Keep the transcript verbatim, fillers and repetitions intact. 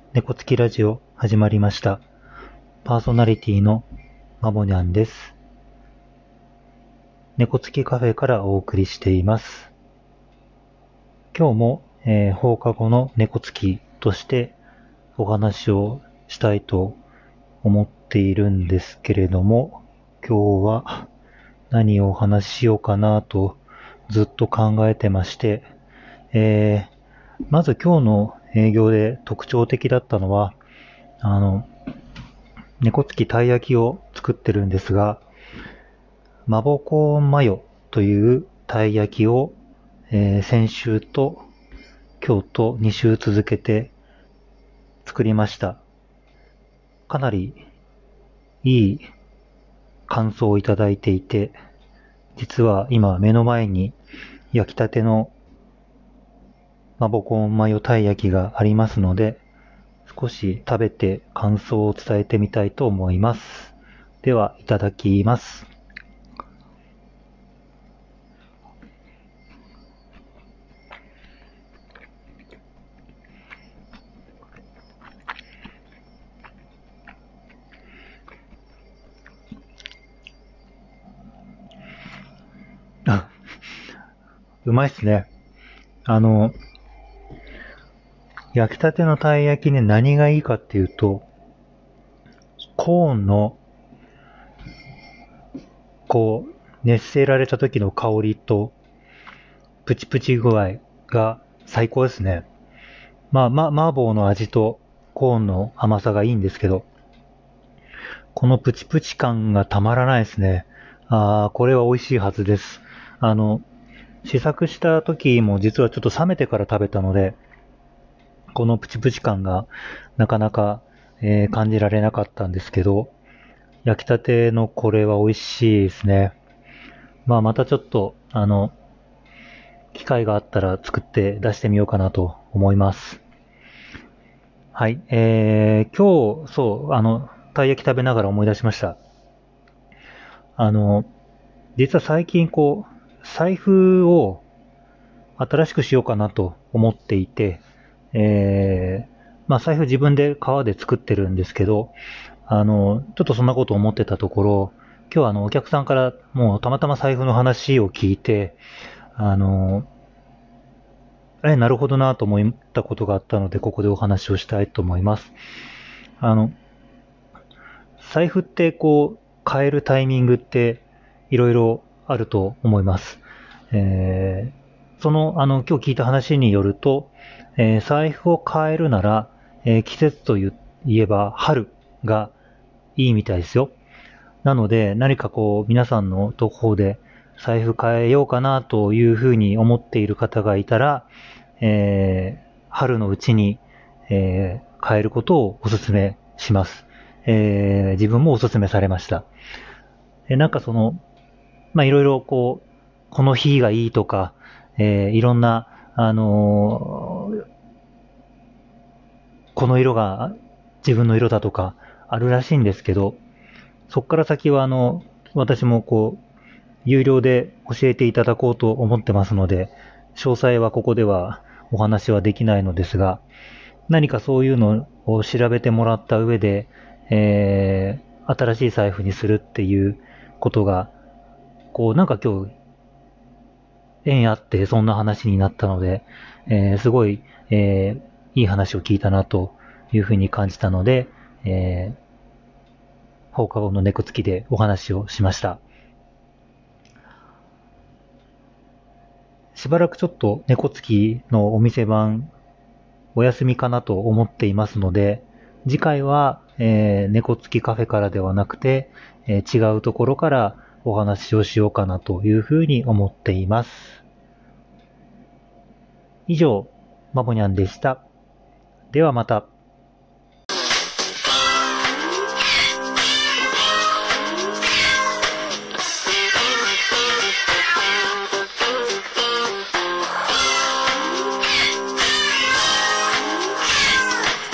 猫つきラジオ始まりました。パーソナリティのまぼにゃんです。猫つきカフェからお送りしています。今日も、えー放課後の猫つきとしてお話をしたいと思っているんですけれども、今日は何をお話ししようかなとずっと考えてまして、えーまず今日の営業で特徴的だったのは、あの、猫つきたい焼きを作ってるんですが、マボコーンマヨというたい焼きを、えー先週と今日とに週続けて作りました。かなりいい感想をいただいていて、実は今目の前に焼きたてのマボコーンマヨたい焼きがありますので、少し食べて感想を伝えてみたいと思います。では、いただきます。あ、うまいっすね。あの、焼きたてのたい焼きね、何がいいかっていうと、コーンの、こう、熱せられた時の香りと、プチプチ具合が最高ですね。まあ、ま、麻婆の味とコーンの甘さがいいんですけど、このプチプチ感がたまらないですね。ああ、これは美味しいはずです。あの、試作した時も実はちょっと冷めてから食べたので、このプチプチ感がなかなか、えー感じられなかったんですけど、焼きたてのこれは美味しいですね。まあまたちょっと、あの、機会があったら作って出してみようかなと思います。はい。えー、今日、そう、あの、たい焼き食べながら思い出しました。あの、実は最近こう、財布を新しくしようかなと思っていて、えー、まあ財布自分で革で作ってるんですけど、あの、ちょっとそんなこと思ってたところ、今日あのお客さんからもうたまたま財布の話を聞いて、あの、え、なるほどなと思ったことがあったので、ここでお話をしたいと思います。あの、財布ってこう、変えるタイミングっていろいろあると思います。えーその、あの、今日聞いた話によると、えー財布を変えるなら、えー季節と言えば春がいいみたいですよ。なので、何かこう、皆さんのところで財布変えようかなというふうに思っている方がいたら、えー春のうちに、えー変えることをお勧めします。えー自分もお勧めされました。えなんかその、まあ、いろいろこう、この日がいいとか、えーいろんな、あのーこの色が自分の色だとかあるらしいんですけど、そこから先はあの、私もこう、有料で教えていただこうと思ってますので、詳細はここではお話はできないのですが、何かそういうのを調べてもらった上で、えー新しい財布にするっていうことが、こう、なんか今日、縁あってそんな話になったので、えーすごい、えーいい話を聞いたなというふうに感じたので、えー放課後の猫つきでお話をしました。しばらくちょっと猫つきのお店番お休みかなと思っていますので、次回は、えー猫つきカフェからではなくて、えー違うところからお話をしようかなというふうに思っています。以上、まぼにゃんでした。ではまた。